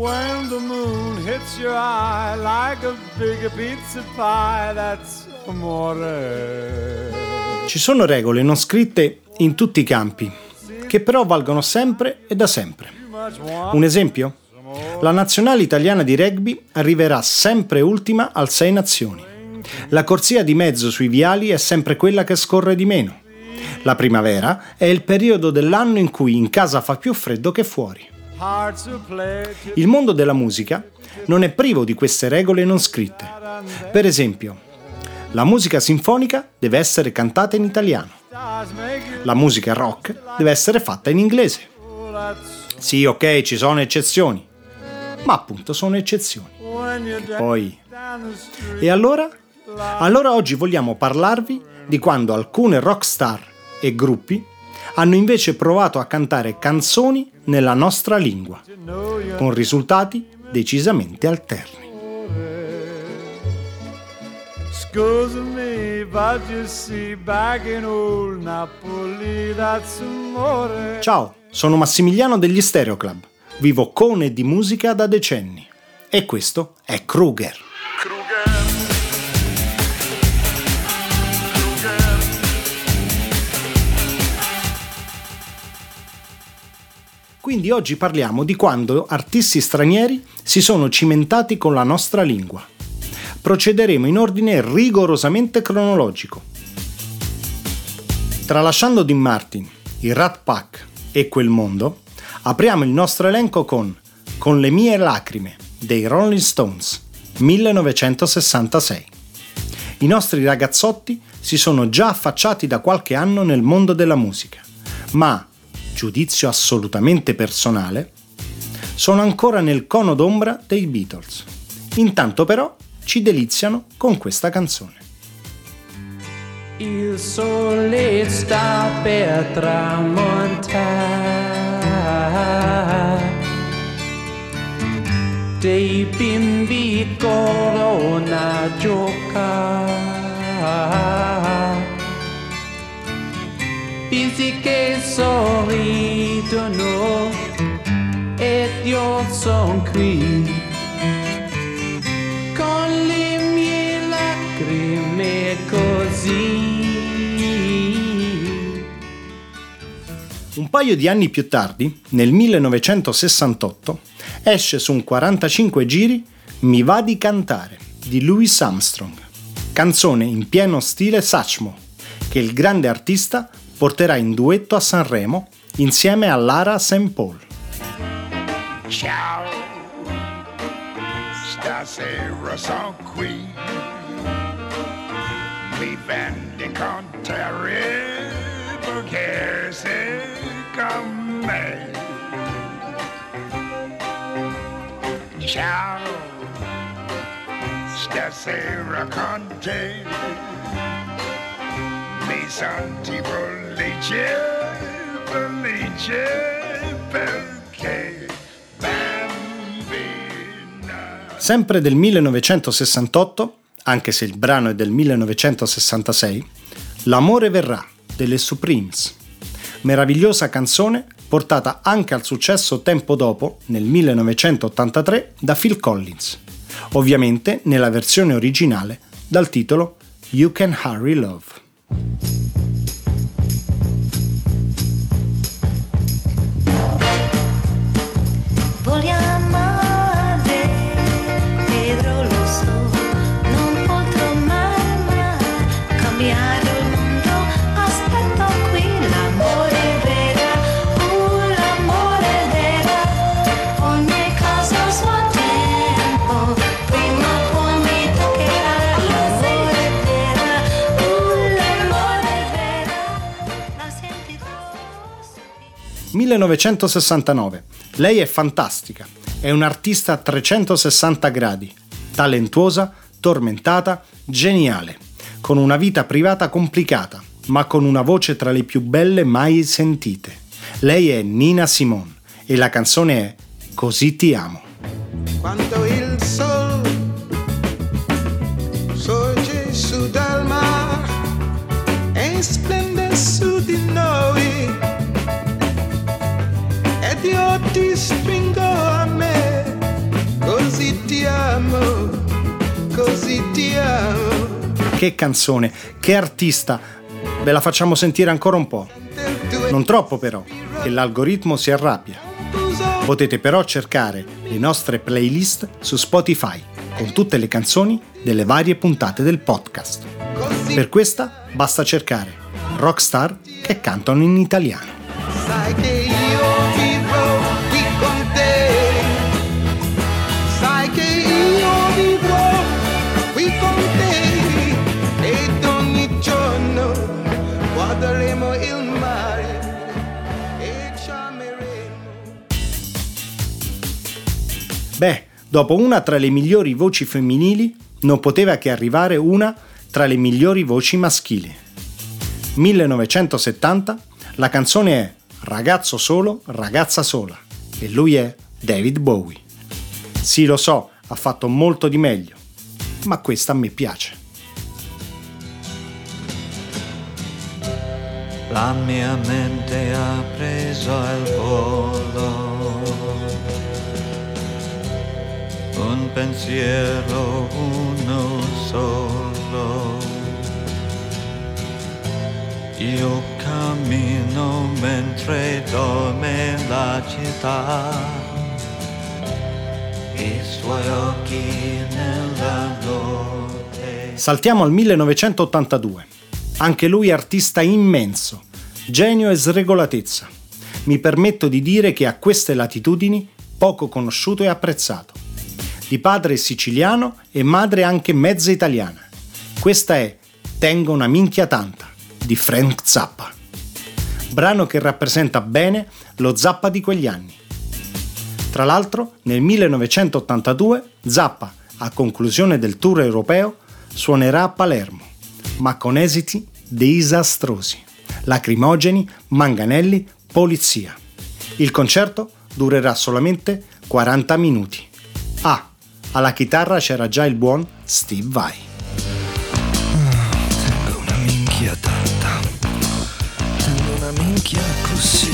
When the moon hits your eye like a big pizza pie, that's amore. Ci sono regole non scritte in tutti i campi, che però valgono sempre e da sempre. Un esempio? La nazionale italiana di rugby arriverà sempre ultima al Sei Nazioni. La corsia di mezzo sui viali è sempre quella che scorre di meno. La primavera è il periodo dell'anno in cui in casa fa più freddo che fuori. Il mondo della musica non è privo di queste regole non scritte. Per esempio, la musica sinfonica deve essere cantata in italiano. La musica rock deve essere fatta in inglese. Sì, ok, ci sono eccezioni, ma appunto sono eccezioni. Poi, e allora? Allora oggi vogliamo parlarvi di quando alcune rockstar e gruppi hanno invece provato a cantare canzoni nella nostra lingua, con risultati decisamente alterni. Ciao, sono Massimiliano degli Stereo Club. Vivo con e di musica da decenni. E questo è Kruger. Quindi oggi parliamo di quando artisti stranieri si sono cimentati con la nostra lingua. Procederemo in ordine rigorosamente cronologico. Tralasciando Dean Martin, i Rat Pack e Quel Mondo, apriamo il nostro elenco con le mie lacrime dei Rolling Stones, 1966. I nostri ragazzotti si sono già affacciati da qualche anno nel mondo della musica, ma, giudizio assolutamente personale, sono ancora nel cono d'ombra dei Beatles. Intanto però ci deliziano con questa canzone. Il sole sta per tramontare, dei bimbi corrono a giocare, bisi che sorridono ed io son qui con le mie lacrime così. Un paio di anni più tardi, nel 1968, esce su un 45 giri Mi va di cantare di Louis Armstrong, canzone in pieno stile Satchmo, che il grande artista porterà in duetto a Sanremo insieme a Lara St. Paul. Ciao, stasera son qui, mi vendi cantare perché sei con me. Ciao, stasera con te, mi senti felice, felice perché bambina. Sempre del 1968, anche se il brano è del 1966, L'amore verrà delle Supremes, meravigliosa canzone portata anche al successo tempo dopo, nel 1983, da Phil Collins, ovviamente nella versione originale dal titolo You Can Hurry Love. Cambiare il mondo, aspetto qui l'amore vera, l'amore vera, ogni cosa a suo tempo, prima o poi mi toccherà. L'amore vera, l'amore vera, la sentirò. 1969. Lei è fantastica, è un'artista a 360 gradi, talentuosa, tormentata, geniale, con una vita privata complicata, ma con una voce tra le più belle mai sentite. Lei è Nina Simone e la canzone è Così ti amo. Quando il sole sorge su dal mare e splende su di noi ed io ti stringo a me che canzone, che artista! Ve la facciamo sentire ancora un po'. Non troppo però, che l'algoritmo si arrabbia. Potete però cercare le nostre playlist su Spotify con tutte le canzoni delle varie puntate del podcast. Per questa basta cercare rockstar che cantano in italiano. Sai che io vivrò qui con te. Sai che io vivrò qui con te. Ed ogni giorno guarderemo il mare e ci ameremo. Beh, dopo una tra le migliori voci femminili, non poteva che arrivare una tra le migliori voci maschili. 1970, la canzone è Ragazzo solo, ragazza sola e lui è David Bowie. Sì, lo so, ha fatto molto di meglio, ma questa a me piace. La mia mente ha preso il volo, un pensiero uno solo. Io cammino mentre dorme la città, i suoi occhi nella notte. Saltiamo al 1982. Anche lui artista immenso, genio e sregolatezza. Mi permetto di dire che a queste latitudini poco conosciuto e apprezzato. Di padre siciliano e madre anche mezza italiana. Questa è Tengo una minchia tanta di Frank Zappa. Brano che rappresenta bene lo Zappa di quegli anni. Tra l'altro, nel 1982 Zappa, a conclusione del tour europeo, suonerà a Palermo, ma con esiti disastrosi, lacrimogeni, manganelli, polizia. Il concerto durerà solamente 40 minuti. Alla chitarra c'era già il buon Steve Vai. Tengo una minchia tanta, tengo una minchia così.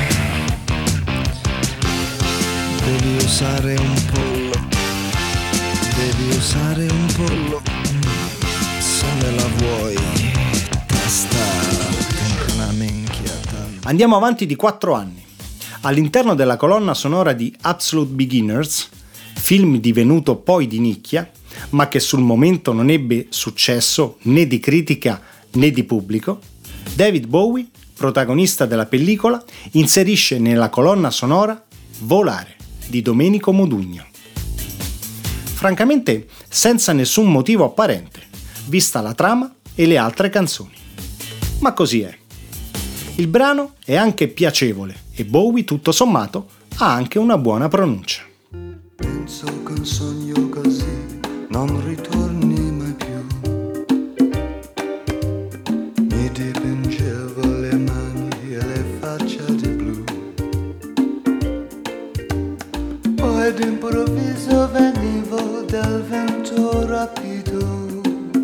Devi usare un pollo, devi usare un pollo, se me la vuoi, testa, tengo una minchia tanta. Andiamo avanti di 4 anni. All'interno della colonna sonora di Absolute Beginners, film divenuto poi di nicchia, ma che sul momento non ebbe successo né di critica né di pubblico, David Bowie, protagonista della pellicola, inserisce nella colonna sonora Volare di Domenico Modugno. Francamente senza nessun motivo apparente, vista la trama e le altre canzoni. Ma così è. Il brano è anche piacevole e Bowie, tutto sommato, ha anche una buona pronuncia. Penso che un sogno così non ritorni mai più. Mi dipingevo le mani e le facce di blu. Poi d'improvviso venivo dal vento rapido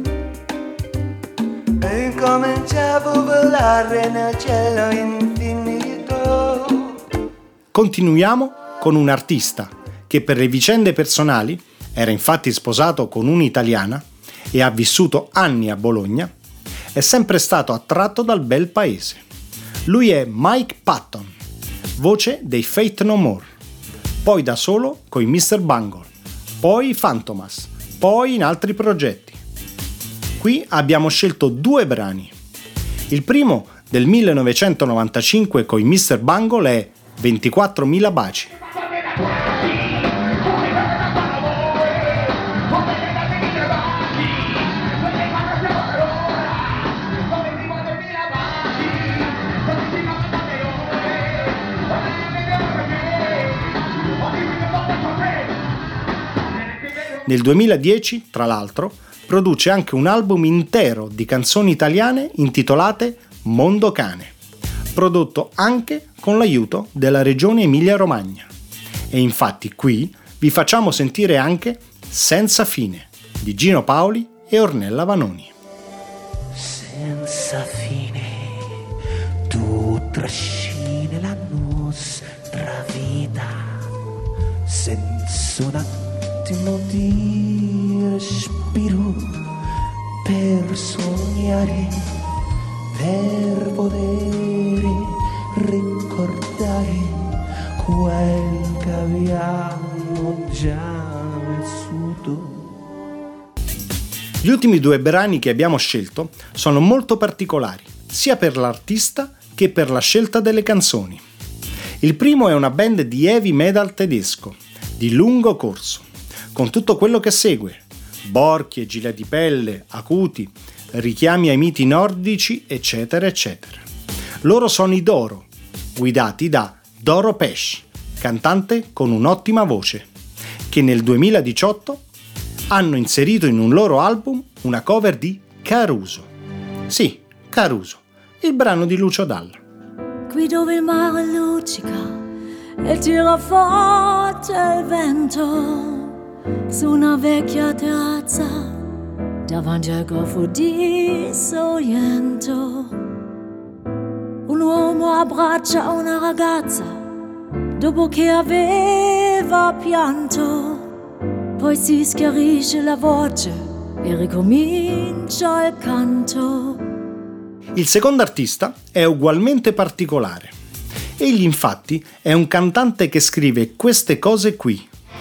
e incominciavo a volare nel cielo infinito. Continuiamo con un artista che per le vicende personali era infatti sposato con un'italiana e ha vissuto anni a Bologna, è sempre stato attratto dal bel paese. Lui è Mike Patton, voce dei Faith No More, poi da solo coi Mr. Bungle, poi i Fantomas, poi in altri progetti. Qui abbiamo scelto 2 brani. Il primo, del 1995 coi Mr. Bungle, è 24.000 baci. Nel 2010, tra l'altro, produce anche un album intero di canzoni italiane intitolate Mondo Cane, prodotto anche con l'aiuto della regione Emilia-Romagna. E infatti qui vi facciamo sentire anche Senza fine di Gino Paoli e Ornella Vanoni. Senza fine tu trascini la nostra vita senza un attimo di respiro per sognare, per poter ricordare quel che abbiamo già vissuto. Gli ultimi due brani che abbiamo scelto sono molto particolari, sia per l'artista che per la scelta delle canzoni. Il primo è una band di heavy metal tedesco, di lungo corso, con tutto quello che segue: borchie, gilet di pelle, acuti, richiami ai miti nordici, eccetera, eccetera. Loro sono i Doro, guidati da Doro Pesch, cantante con un'ottima voce, che nel 2018 hanno inserito in un loro album una cover di Caruso. Sì, Caruso, il brano di Lucio Dalla. Qui dove il mare luccica e tira forte il vento, su una vecchia terrazza davanti al golfo di Sorrento, un uomo abbraccia una ragazza dopo che aveva pianto, poi si schiarisce la voce e ricomincia il canto. Il secondo artista è ugualmente particolare. Egli infatti è un cantante che scrive queste cose qui.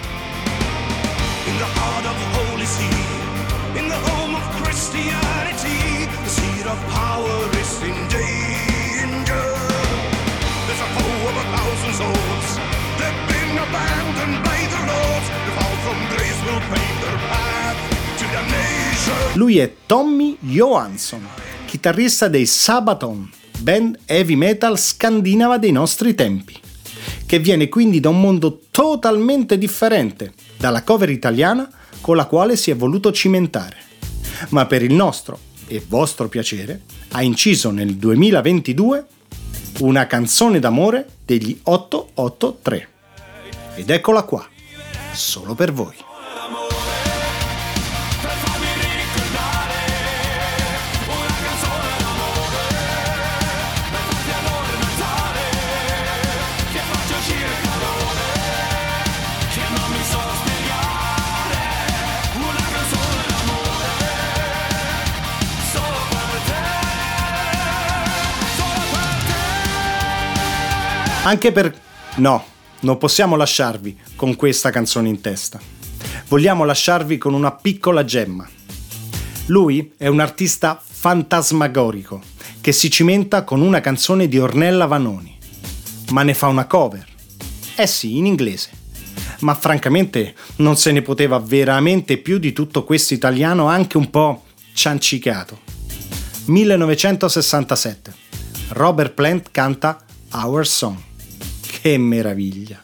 In the heart of the holy sea, in the home of Christianity, the seat of power is in danger. There's a foe of 1,000 souls, they've been abandoned by the Lord. The fall from grace will pave their path to damnation. Lui è Tommy Johansson, chitarrista dei Sabaton, band heavy metal scandinava dei nostri tempi, che viene quindi da un mondo totalmente differente dalla cover italiana con la quale si è voluto cimentare, ma per il nostro e vostro piacere ha inciso nel 2022 una canzone d'amore degli 883. Ed eccola qua, solo per voi. Anche per... No, non possiamo lasciarvi con questa canzone in testa. Vogliamo lasciarvi con una piccola gemma. Lui è un artista fantasmagorico che si cimenta con una canzone di Ornella Vanoni, ma ne fa una cover. Eh sì, in inglese. Ma francamente non se ne poteva veramente più di tutto questo italiano anche un po' ciancicato. 1967. Robert Plant canta Our Song. Che meraviglia!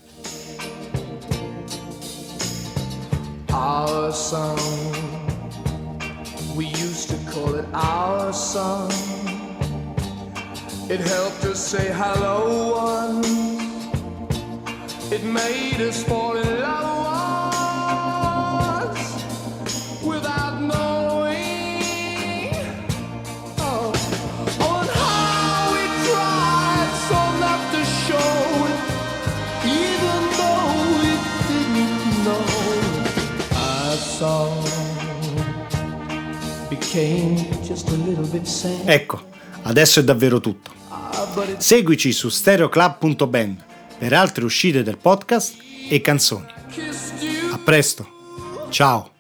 Our song, we used to call it our song. It helped us say hello once. It made us fall in love once without knowing. Oh, and how we tried so not to show it, even though we didn't know. Our song became just a little bit sad. Ecco, adesso è davvero tutto. Seguici su stereoclub.band per altre uscite del podcast e canzoni. A presto, ciao!